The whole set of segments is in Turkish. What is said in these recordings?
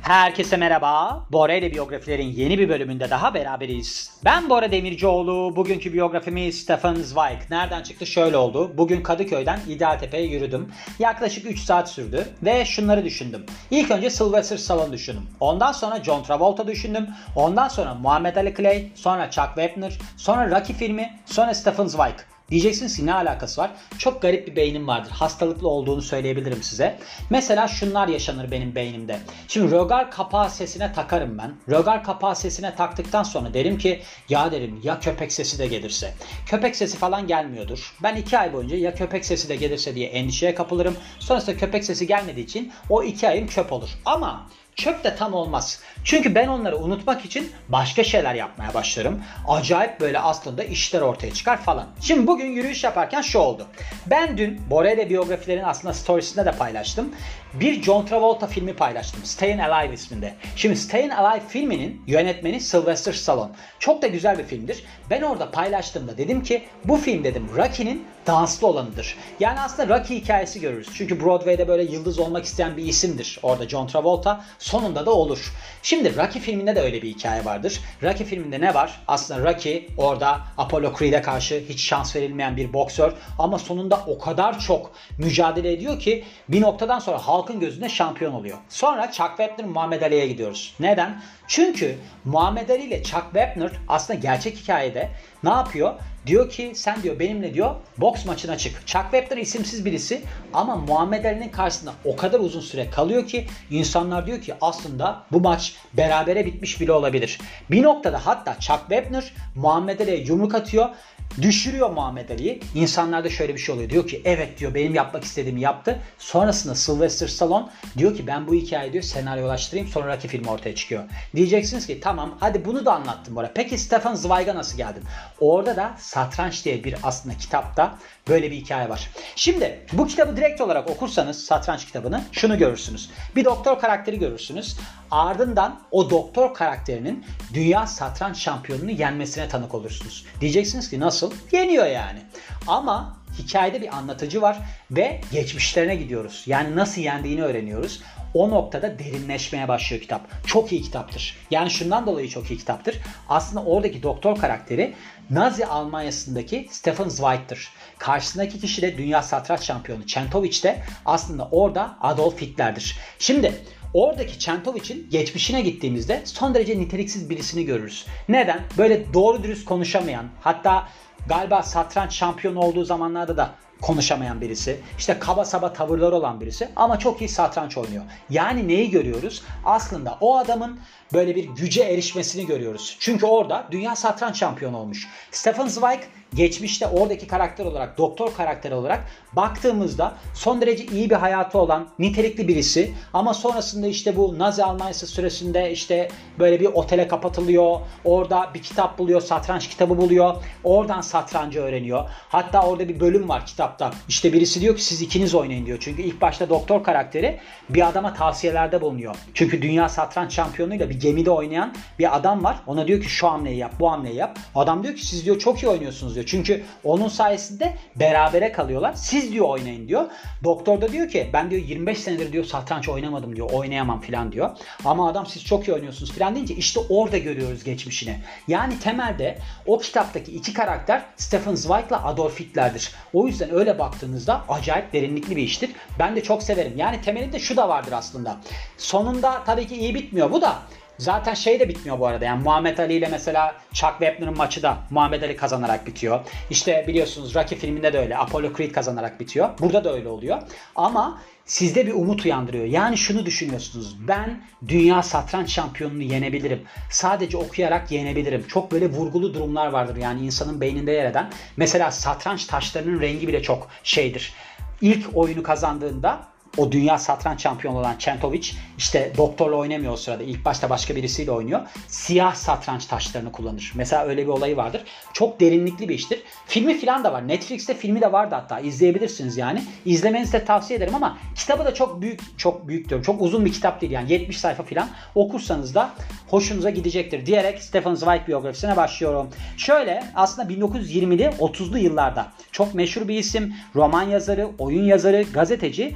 Herkese merhaba. Bora ile biyografilerin yeni bir bölümünde daha beraberiz. Ben Bora Demircioğlu. Bugünkü biyografimiz Stefan Zweig. Nereden çıktı? Şöyle oldu. Bugün Kadıköy'den İdealtepe'ye yürüdüm. Yaklaşık 3 saat sürdü ve şunları düşündüm. İlk önce Sylvester Stallone düşündüm. Ondan sonra John Travolta düşündüm. Ondan sonra Muhammed Ali Clay, sonra Chuck Wepner, sonra Rocky filmi, sonra Stefan Zweig. Diyeceksiniz ki ne alakası var? Çok garip bir beynim vardır. Hastalıklı olduğunu söyleyebilirim size. Mesela şunlar yaşanır benim beynimde. Şimdi rögar kapağı sesine takarım ben. Rögar kapağı sesine taktıktan sonra derim ki ya derim ya köpek sesi de gelirse. Köpek sesi falan gelmiyordur. Ben 2 ay boyunca ya köpek sesi de gelirse diye endişeye kapılırım. Sonrasında köpek sesi gelmediği için o 2 ayım çöp olur. Ama çöp de tam olmaz. Çünkü ben onları unutmak için başka şeyler yapmaya başlarım. Acayip böyle aslında işler ortaya çıkar falan. Şimdi bugün yürüyüş yaparken şu oldu. Ben dün Bora ile biyografilerin aslında storiesinde de paylaştım. Bir John Travolta filmi paylaştım. Staying Alive isminde. Şimdi Staying Alive filminin yönetmeni Sylvester Stallone. Çok da güzel bir filmdir. Ben orada paylaştığımda dedim ki bu film dedim Rocky'nin danslı olanıdır. Yani aslında Rocky hikayesi görürüz. Çünkü Broadway'de böyle yıldız olmak isteyen bir isimdir. Orada John Travolta sonunda da olur. Şimdi Rocky filminde de öyle bir hikaye vardır. Rocky filminde ne var? Aslında Rocky orada Apollo Creed'e karşı hiç şans verilmeyen bir boksör ama sonunda o kadar çok mücadele ediyor ki bir noktadan sonra halkın gözünde şampiyon oluyor. Sonra Chuck Wepner Muhammed Ali'ye gidiyoruz. Neden? Çünkü Muhammed Ali ile Chuck Wepner aslında gerçek hikayede ne yapıyor? Diyor ki sen diyor benimle diyor boks maçına çık. Chuck Wepner isimsiz birisi ama Muhammed Ali'nin karşısında o kadar uzun süre kalıyor ki insanlar diyor ki aslında bu maç berabere bitmiş bile olabilir. Bir noktada hatta Chuck Wepner Muhammed Ali'ye yumruk atıyor. Düşürüyor Muhammed Ali'yi. İnsanlarda şöyle bir şey oluyor. Diyor ki evet diyor benim yapmak istediğimi yaptı. Sonrasında Sylvester Stallone diyor ki ben bu hikayeyi diyor senaryolaştırayım sonra Rocky filmi ortaya çıkıyor. Diyeceksiniz ki tamam hadi bunu da anlattım Bora. Peki Stefan Zweig'a nasıl geldin? Orada da Satranç diye bir aslında kitapta böyle bir hikaye var. Şimdi bu kitabı direkt olarak okursanız Satranç kitabını şunu görürsünüz. Bir doktor karakteri görürsünüz. Ardından o doktor karakterinin dünya satranç şampiyonunu yenmesine tanık olursunuz. Diyeceksiniz ki nasıl? Yeniyor yani. Ama hikayede bir anlatıcı var ve geçmişlerine gidiyoruz. Yani nasıl yendiğini öğreniyoruz. O noktada derinleşmeye başlıyor kitap. Çok iyi kitaptır. Yani şundan dolayı çok iyi kitaptır. Aslında oradaki doktor karakteri Nazi Almanya'sındaki Stefan Zweig'tir. Karşısındaki kişi de dünya satranç şampiyonu Çentoviç de aslında orada Adolf Hitler'dir. Şimdi oradaki Çentoviç'in geçmişine gittiğimizde son derece niteliksiz birisini görürüz. Neden? Böyle doğru dürüst konuşamayan, hatta galiba satranç şampiyonu olduğu zamanlarda da konuşamayan birisi. İşte kaba saba tavırları olan birisi ama çok iyi satranç oynuyor. Yani neyi görüyoruz? Aslında o adamın böyle bir güce erişmesini görüyoruz. Çünkü orada dünya satranç şampiyonu olmuş. Stefan Zweig geçmişte oradaki karakter olarak, doktor karakteri olarak baktığımızda son derece iyi bir hayatı olan nitelikli birisi ama sonrasında işte bu Nazi Almanyası süresinde işte böyle bir otele kapatılıyor. Orada bir kitap buluyor, satranç kitabı buluyor. Oradan satrancı öğreniyor. Hatta orada bir bölüm var kitapta. İşte birisi diyor ki siz ikiniz oynayın diyor. Çünkü ilk başta doktor karakteri bir adama tavsiyelerde bulunuyor. Çünkü dünya satranç şampiyonuyla bir gemide oynayan bir adam var. Ona diyor ki şu hamleyi yap, bu hamleyi yap. Adam diyor ki siz diyor çok iyi oynuyorsunuz diyor. Çünkü onun sayesinde berabere kalıyorlar. Siz diyor oynayın diyor. Doktor da diyor ki ben diyor 25 senedir diyor satranç oynamadım diyor. Oynayamam filan diyor. Ama adam siz çok iyi oynuyorsunuz filan deyince işte orada görüyoruz geçmişini. Yani temelde o kitaptaki iki karakter Stefan Zweig ile Adolf Hitler'dir. O yüzden öyle baktığınızda acayip derinlikli bir iştir. Ben de çok severim. Yani temelinde şu da vardır aslında. Sonunda tabii ki iyi bitmiyor bu da. Zaten şey de bitmiyor bu arada. Yani Muhammed Ali ile mesela Chuck Wepner'ın maçı da Muhammed Ali kazanarak bitiyor. İşte biliyorsunuz Rocky filminde de öyle. Apollo Creed kazanarak bitiyor. Burada da öyle oluyor. Ama sizde bir umut uyandırıyor. Yani şunu düşünüyorsunuz. Ben dünya satranç şampiyonunu yenebilirim. Sadece okuyarak yenebilirim. Çok böyle vurgulu durumlar vardır. Yani insanın beyninde yer eden. Mesela satranç taşlarının rengi bile çok şeydir. İlk oyunu kazandığında o dünya satranç şampiyonu olan Çentoviç işte doktorla oynamıyor o sırada. İlk başta başka birisiyle oynuyor. Siyah satranç taşlarını kullanır. Mesela öyle bir olayı vardır. Çok derinlikli bir iştir. Filmi falan da var. Netflix'te filmi de vardı hatta. İzleyebilirsiniz yani. İzlemenizi de tavsiye ederim ama kitabı da çok büyük diyorum. Çok uzun bir kitap değil yani. 70 sayfa falan. Okursanız da hoşunuza gidecektir diyerek Stefan Zweig biyografisine başlıyorum. Şöyle aslında 1920'li 30'lu yıllarda çok meşhur bir isim. Roman yazarı, oyun yazarı, gazeteci, bir de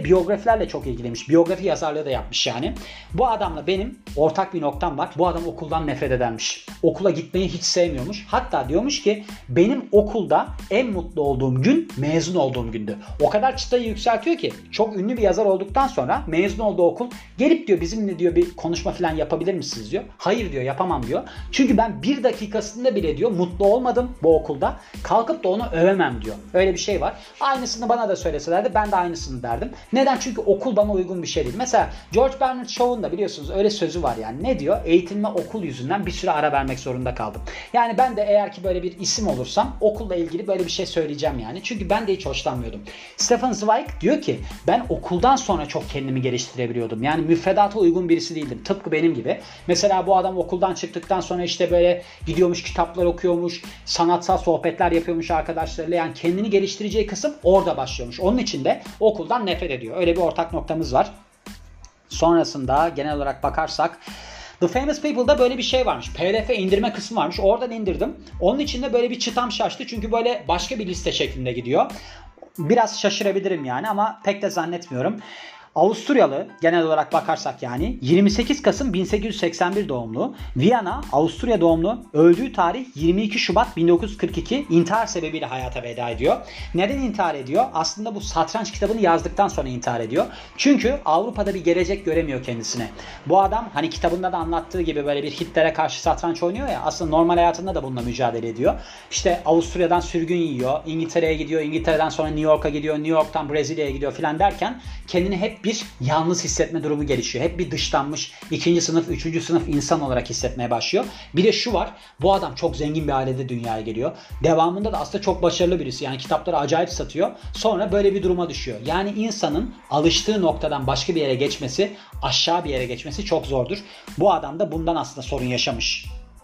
biyografilerle çok ilgiliymiş. Biyografi yazarlığı da yapmış yani. Bu adamla benim ortak bir noktam var. Bu adam okuldan nefret edermiş. Okula gitmeyi hiç sevmiyormuş. Hatta diyormuş ki benim okulda en mutlu olduğum gün mezun olduğum gündü. O kadar çıtayı yükseltiyor ki çok ünlü bir yazar olduktan sonra mezun olduğu okul gelip diyor bizimle diyor bir konuşma falan yapabilir misiniz diyor. Hayır diyor, yapamam diyor. Çünkü ben bir dakikasında bile diyor mutlu olmadım bu okulda. Kalkıp da onu övemem diyor. Öyle bir şey var. Aynısını bana da söyleselerdi ben de aynısını derdim. Neden? Çünkü okul bana uygun bir şey değil. Mesela George Bernard Shaw'un da biliyorsunuz öyle sözü var yani. Ne diyor? Eğitimime okul yüzünden bir süre ara vermek zorunda kaldım. Yani ben de eğer ki böyle bir isim olursam okulla ilgili böyle bir şey söyleyeceğim yani. Çünkü ben de hiç hoşlanmıyordum. Stefan Zweig diyor ki ben okuldan sonra çok kendimi geliştirebiliyordum. Yani müfredata uygun birisi değildim. Tıpkı benim gibi. Mesela bu adam okuldan çıktıktan sonra işte böyle gidiyormuş, kitaplar okuyormuş, sanatsal sohbetler yapıyormuş arkadaşlarıyla. Yani kendini geliştireceği kısım orada başlıyormuş. Onun için de okuldan nefret ediyor. Öyle bir ortak noktamız var. Sonrasında genel olarak bakarsak The Famous People'da böyle bir şey varmış. PDF indirme kısmı varmış. Oradan indirdim. Onun içinde böyle bir çıtam şaştı. Çünkü böyle başka bir liste şeklinde gidiyor. Biraz şaşırabilirim yani ama pek de zannetmiyorum. Avusturyalı genel olarak bakarsak yani 28 Kasım 1881 doğumlu, Viyana, Avusturya doğumlu, öldüğü tarih 22 Şubat 1942, intihar sebebiyle hayata veda ediyor. Neden intihar ediyor? Aslında bu satranç kitabını yazdıktan sonra intihar ediyor. Çünkü Avrupa'da bir gelecek göremiyor kendisine. Bu adam hani kitabında da anlattığı gibi böyle bir Hitler'e karşı satranç oynuyor ya, aslında normal hayatında da bununla mücadele ediyor. İşte Avusturya'dan sürgün yiyor, İngiltere'ye gidiyor, İngiltere'den sonra New York'a gidiyor, New York'tan Brezilya'ya gidiyor filan derken kendini hep bir yalnız hissetme durumu gelişiyor. Hep bir dışlanmış, ikinci sınıf, üçüncü sınıf insan olarak hissetmeye başlıyor. Bir de şu var, bu adam çok zengin bir ailede dünyaya geliyor. Devamında da aslında çok başarılı birisi. Yani kitapları acayip satıyor. Sonra böyle bir duruma düşüyor. Yani insanın alıştığı noktadan başka bir yere geçmesi, aşağı bir yere geçmesi çok zordur. Bu adam da bundan aslında sorun yaşamış.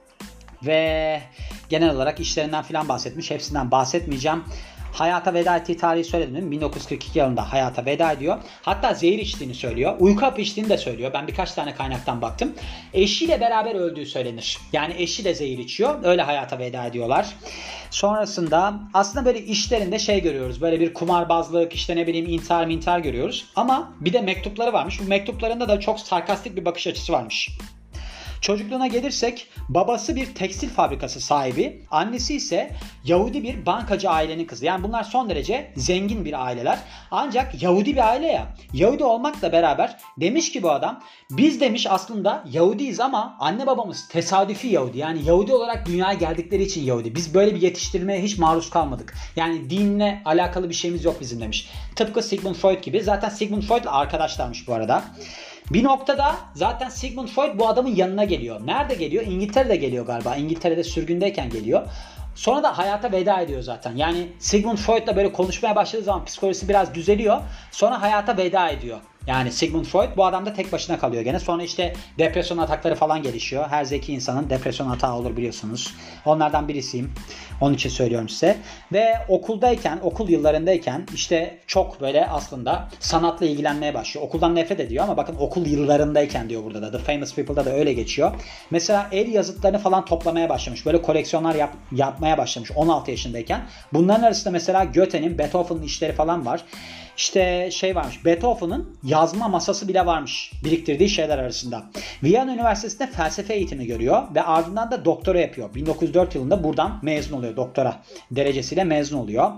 Ve genel olarak işlerinden filan bahsetmiş. Hepsinden bahsetmeyeceğim. Hayata veda ettiği tarihi söyledim değil mi? 1942 yılında hayata veda ediyor. Hatta zehir içtiğini söylüyor. Uyku hapı içtiğini de söylüyor. Ben birkaç tane kaynaktan baktım. Eşiyle beraber öldüğü söylenir. Yani eşi de zehir içiyor. Öyle hayata veda ediyorlar. Sonrasında aslında böyle işlerinde şey görüyoruz. Böyle bir kumarbazlık, işte ne bileyim intihar görüyoruz. Ama bir de mektupları varmış. Bu mektuplarında da çok sarkastik bir bakış açısı varmış. Çocukluğuna gelirsek babası bir tekstil fabrikası sahibi, annesi ise Yahudi bir bankacı ailenin kızı. Yani bunlar son derece zengin bir aileler. Ancak Yahudi bir aile ya. Yahudi olmakla beraber demiş ki bu adam, biz demiş aslında Yahudiyiz ama anne babamız tesadüfi Yahudi. Yani Yahudi olarak dünyaya geldikleri için Yahudi. Biz böyle bir yetiştirmeye hiç maruz kalmadık. Yani dinle alakalı bir şeyimiz yok bizim demiş. Tıpkı Sigmund Freud gibi. Zaten Sigmund Freud'la arkadaşlarmış bu arada. Bir noktada zaten Sigmund Freud bu adamın yanına geliyor. Nerede geliyor? İngiltere'de geliyor galiba. İngiltere'de sürgündeyken geliyor. Sonra da hayata veda ediyor zaten. Yani Sigmund Freud'la böyle konuşmaya başladığı zaman psikolojisi biraz düzeliyor. Sonra hayata veda ediyor. Yani Sigmund Freud, bu adam da tek başına kalıyor gene. Sonra işte depresyon atakları falan gelişiyor. Her zeki insanın depresyon atağı olur biliyorsunuz. Onlardan birisiyim. Onun için söylüyorum size. Ve okul yıllarındayken işte çok böyle aslında sanatla ilgilenmeye başlıyor. Okuldan nefret ediyor ama bakın okul yıllarındayken diyor burada da. The Famous People'da da öyle geçiyor. Mesela el yazıtlarını falan toplamaya başlamış. Böyle koleksiyonlar yapmaya başlamış 16 yaşındayken. Bunların arasında mesela Goethe'nin, Beethoven'ın işleri falan var. İşte şey varmış, Beethoven'ın yazma masası bile varmış biriktirdiği şeyler arasında. Viyana Üniversitesi'nde felsefe eğitimi görüyor ve ardından da doktora yapıyor. 1904 yılında buradan mezun oluyor, doktora derecesiyle mezun oluyor.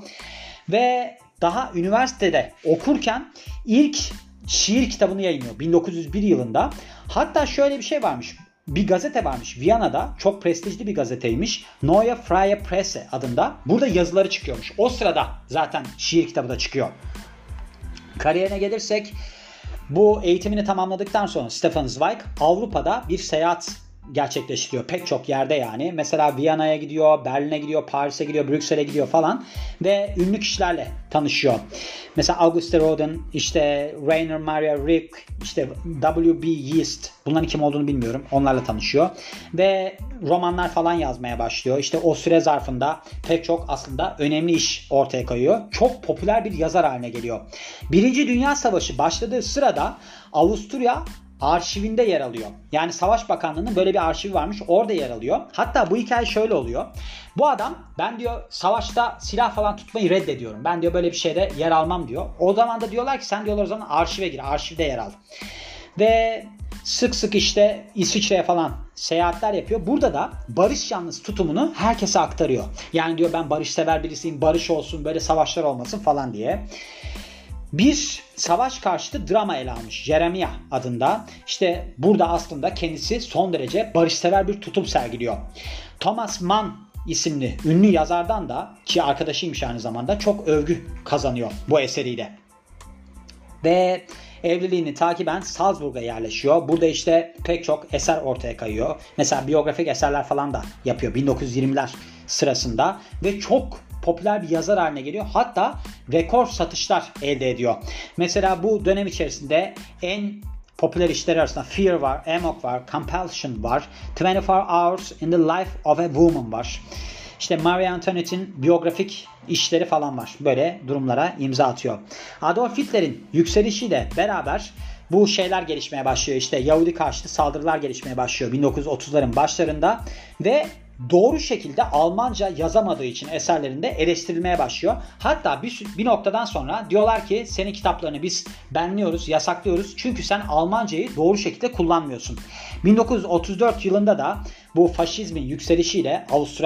Ve daha üniversitede okurken ilk şiir kitabını yayınlıyor 1901 yılında. Hatta şöyle bir şey varmış. Bir gazete varmış Viyana'da, çok prestijli bir gazeteymiş. Neue Freie Presse adında. Burada yazıları çıkıyormuş. O sırada zaten şiir kitabı da çıkıyor. Kariyerine gelirsek, bu eğitimini tamamladıktan sonra Stefan Zweig Avrupa'da bir seyahat gerçekleştiriyor. Pek çok yerde yani. Mesela Viyana'ya gidiyor, Berlin'e gidiyor, Paris'e gidiyor, Brüksel'e gidiyor falan. Ve ünlü kişilerle tanışıyor. Mesela Auguste Rodin, işte Rainer Maria Rilke, işte W.B. Yeats. Bunların kim olduğunu bilmiyorum. Onlarla tanışıyor. Ve romanlar falan yazmaya başlıyor. İşte o süre zarfında pek çok aslında önemli iş ortaya koyuyor. Çok popüler bir yazar haline geliyor. Birinci Dünya Savaşı başladığı sırada Avusturya arşivinde yer alıyor. Yani Savaş Bakanlığı'nın böyle bir arşivi varmış. Orada yer alıyor. Hatta bu hikaye şöyle oluyor. Bu adam ben diyor savaşta silah falan tutmayı reddediyorum. Ben diyor böyle bir şeyde yer almam diyor. O zaman da diyorlar ki sen diyorlar o zaman arşive gir. Arşivde yer al. Ve sık sık işte İsviçre'ye falan seyahatler yapıyor. Burada da barış yanlısı tutumunu herkese aktarıyor. Yani diyor ben barışsever birisiyim. Barış olsun, böyle savaşlar olmasın falan diye. Bir savaş karşıtı drama ele almış. Jeremiah adında. İşte burada aslında kendisi son derece barışsever bir tutum sergiliyor. Thomas Mann isimli ünlü yazardan da, ki arkadaşıymış aynı zamanda, çok övgü kazanıyor bu eseriyle. Ve evliliğini takiben Salzburg'a yerleşiyor. Burada işte pek çok eser ortaya kayıyor. Mesela biyografik eserler falan da yapıyor 1920'ler sırasında ve çok popüler bir yazar haline geliyor. Hatta rekor satışlar elde ediyor. Mesela bu dönem içerisinde en popüler işleri arasında Fear var, Amok var, Compulsion var, 24 Hours in the Life of a Woman var. İşte Marie Antoinette'in biyografik işleri falan var. Böyle durumlara imza atıyor. Adolf Hitler'in yükselişiyle beraber bu şeyler gelişmeye başlıyor. İşte Yahudi karşıtı saldırılar gelişmeye başlıyor 1930'ların başlarında ve doğru şekilde Almanca yazamadığı için eserlerinde eleştirilmeye başlıyor. Hatta bir noktadan sonra diyorlar ki senin kitaplarını biz banlıyoruz, yasaklıyoruz. Çünkü sen Almancayı doğru şekilde kullanmıyorsun. 1934 yılında da bu faşizmin yükselişiyle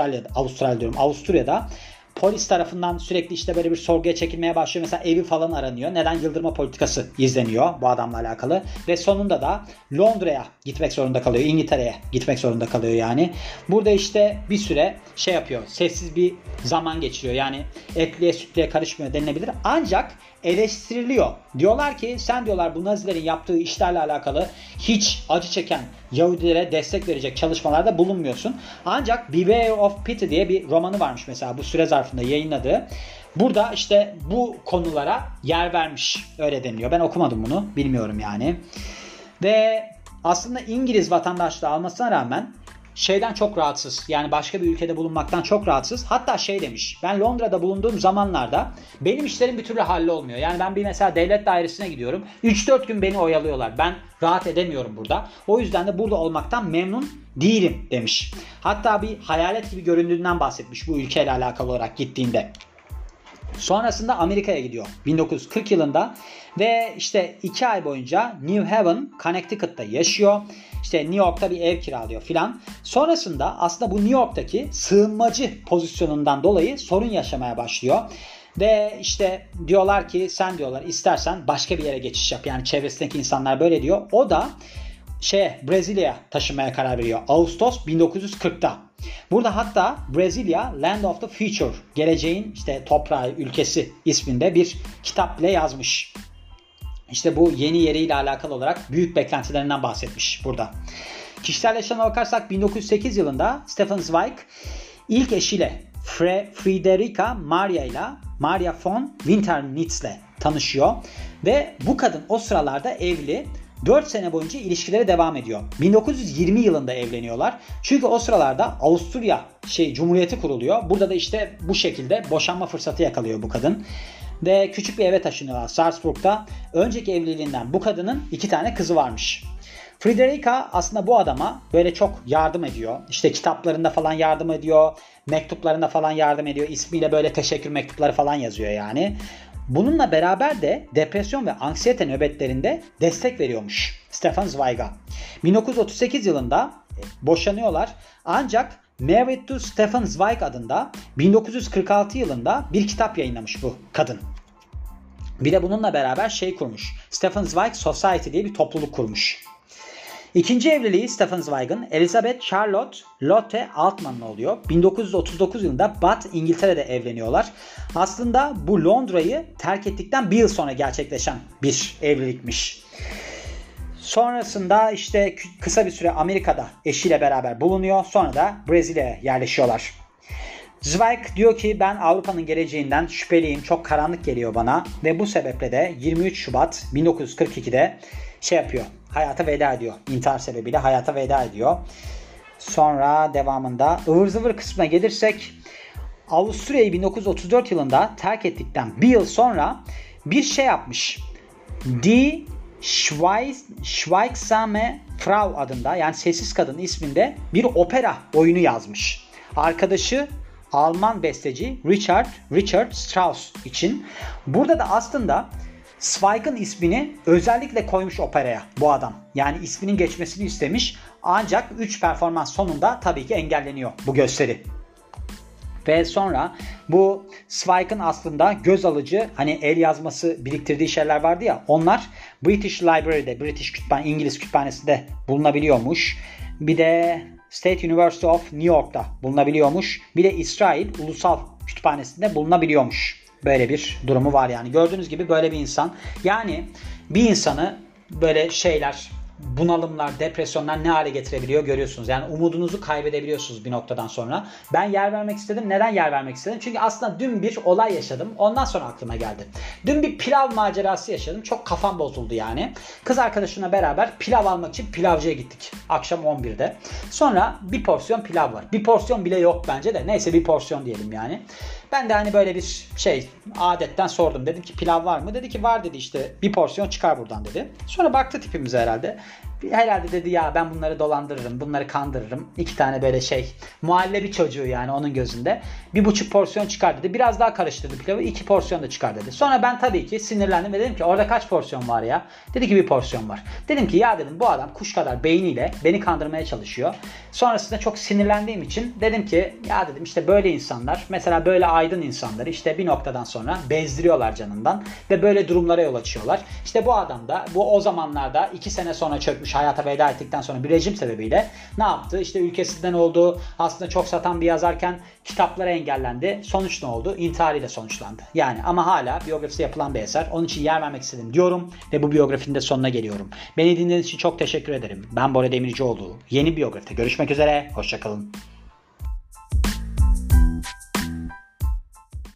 Avusturya'da polis tarafından sürekli işte böyle bir sorguya çekilmeye başlıyor. Mesela evi falan aranıyor. Neden? Yıldırma politikası izleniyor bu adamla alakalı. Ve sonunda da Londra'ya gitmek zorunda kalıyor. İngiltere'ye gitmek zorunda kalıyor yani. Burada işte bir süre şey yapıyor. Sessiz bir zaman geçiriyor. Yani etliye sütlüye karışmıyor denilebilir. Ancak eleştiriliyor. Diyorlar ki sen diyorlar bu Nazilerin yaptığı işlerle alakalı hiç acı çeken Yahudilere destek verecek çalışmalarda bulunmuyorsun. Ancak Beware of Pity diye bir romanı varmış mesela bu süre zarfında yayınladığı. Burada işte bu konulara yer vermiş. Öyle deniliyor. Ben okumadım bunu. Bilmiyorum yani. Ve aslında İngiliz vatandaşlığı almasına rağmen şeyden çok rahatsız. Yani başka bir ülkede bulunmaktan çok rahatsız. Hatta şey demiş. Ben Londra'da bulunduğum zamanlarda benim işlerim bir türlü hallolmuyor. Yani ben bir mesela devlet dairesine gidiyorum. 3-4 gün beni oyalıyorlar. Ben rahat edemiyorum burada. O yüzden de burada olmaktan memnun değilim demiş. Hatta bir hayalet gibi göründüğünden bahsetmiş bu ülkeyle alakalı olarak gittiğinde. Sonrasında Amerika'ya gidiyor 1940 yılında ve işte 2 ay boyunca New Haven, Connecticut'ta yaşıyor. İşte New York'ta bir ev kiralıyor filan. Sonrasında aslında bu New York'taki sığınmacı pozisyonundan dolayı sorun yaşamaya başlıyor. Ve işte diyorlar ki sen diyorlar istersen başka bir yere geçiş yap. Yani çevresindeki insanlar böyle diyor. O da Brezilya'ya taşınmaya karar veriyor. Ağustos 1940'ta. Burada hatta Brezilya Land of the Future, geleceğin işte toprağı, ülkesi isminde bir kitap bile yazmış. İşte bu yeni yeriyle alakalı olarak büyük beklentilerinden bahsetmiş burada. Kişisel yaşamına bakarsak 1908 yılında Stefan Zweig ilk eşiyle Friederika Maria von Winternitz'le tanışıyor. Ve bu kadın o sıralarda evli. 4 sene boyunca ilişkileri devam ediyor. 1920 yılında evleniyorlar. Çünkü o sıralarda Avusturya Cumhuriyeti kuruluyor. Burada da işte bu şekilde boşanma fırsatı yakalıyor bu kadın. Ve küçük bir eve taşınıyorlar Salzburg'da. Önceki evliliğinden bu kadının 2 tane kızı varmış. Friederika aslında bu adama böyle çok yardım ediyor. İşte kitaplarında falan yardım ediyor. Mektuplarında falan yardım ediyor. İsmiyle böyle teşekkür mektupları falan yazıyor yani. Bununla beraber de depresyon ve anksiyete nöbetlerinde destek veriyormuş Stefan Zweig'a. 1938 yılında boşanıyorlar. Ancak Married to Stefan Zweig adında 1946 yılında bir kitap yayınlamış bu kadın. Bir de bununla beraber kurmuş. Stefan Zweig Society diye bir topluluk kurmuş. İkinci evliliği Stefan Zweig'ın Elizabeth Charlotte Lotte Altman'la oluyor. 1939 yılında Bath, İngiltere'de evleniyorlar. Aslında bu Londra'yı terk ettikten bir yıl sonra gerçekleşen bir evlilikmiş. Sonrasında işte kısa bir süre Amerika'da eşiyle beraber bulunuyor. Sonra da Brezilya'ya yerleşiyorlar. Zweig diyor ki ben Avrupa'nın geleceğinden şüpheliyim. Çok karanlık geliyor bana. Ve bu sebeple de 23 Şubat 1942'de yapıyor. Hayata veda ediyor. İntihar sebebiyle hayata veda ediyor. Sonra devamında ıvır zıvır kısmına gelirsek Avusturya'yı 1934 yılında terk ettikten bir yıl sonra bir yapmış. Die Schweigsame Frau adında, yani Sessiz Kadın isminde bir opera oyunu yazmış. Arkadaşı Alman besteci Richard Strauss için. Burada da aslında Zweig'ın ismini özellikle koymuş operaya bu adam. Yani isminin geçmesini istemiş. Ancak 3 performans sonunda tabii ki engelleniyor bu gösteri. Ve sonra bu Zweig'ın aslında göz alıcı, hani el yazması biriktirdiği şeyler vardı ya, onlar British Library'de, İngiliz kütüphanesinde bulunabiliyormuş. Bir de State University of New York'ta bulunabiliyormuş. Bir de İsrail Ulusal Kütüphanesi'nde bulunabiliyormuş. Böyle bir durumu var yani. Gördüğünüz gibi böyle bir insan. Yani bir insanı böyle şeyler, bunalımlar, depresyonlar ne hale getirebiliyor görüyorsunuz. Yani umudunuzu kaybedebiliyorsunuz bir noktadan sonra. Ben yer vermek istedim. Neden yer vermek istedim? Çünkü aslında dün bir olay yaşadım. Ondan sonra aklıma geldi. Dün bir pilav macerası yaşadım. Çok kafam bozuldu yani. Kız arkadaşımla beraber pilav almak için pilavcıya gittik. Akşam 11'de. Sonra bir porsiyon pilav var. Bir porsiyon bile yok bence de. Neyse bir porsiyon diyelim yani. Ben de hani böyle bir adetten sordum. Dedim ki pilav var mı? Dedi ki var dedi, işte bir porsiyon çıkar buradan dedi. Sonra baktı tipimize herhalde. Herhalde dedi ya ben bunları dolandırırım, bunları kandırırım. 2 tane böyle muhallebi çocuğu yani onun gözünde. 1,5 porsiyon çıkar dedi. Biraz daha karıştırdı pilavı, 2 porsiyon da çıkar dedi. Sonra ben tabii ki sinirlendim ve dedim ki orada kaç porsiyon var ya? Dedi ki 1 porsiyon var. Dedim ki ya dedim bu adam kuş kadar beyniyle beni kandırmaya çalışıyor. Sonrasında çok sinirlendiğim için dedim ki ya dedim işte böyle insanlar, mesela böyle aydın insanları işte bir noktadan sonra bezdiriyorlar canından ve böyle durumlara yol açıyorlar. İşte bu adam da o zamanlarda 2 sene sonra çökmüş, hayata veda ettikten sonra bir rejim sebebiyle ne yaptı? İşte ülkesinden oldu. Aslında çok satan bir yazarken kitapları engellendi. Sonuç ne oldu? İntiharıyla sonuçlandı. Yani ama hala biyografisi yapılan bir eser. Onun için yer vermek istedim diyorum ve bu biyografinin de sonuna geliyorum. Beni dinlediğiniz için çok teşekkür ederim. Ben Bora Demircioğlu. Yeni biyografide görüşmek üzere. Hoşçakalın.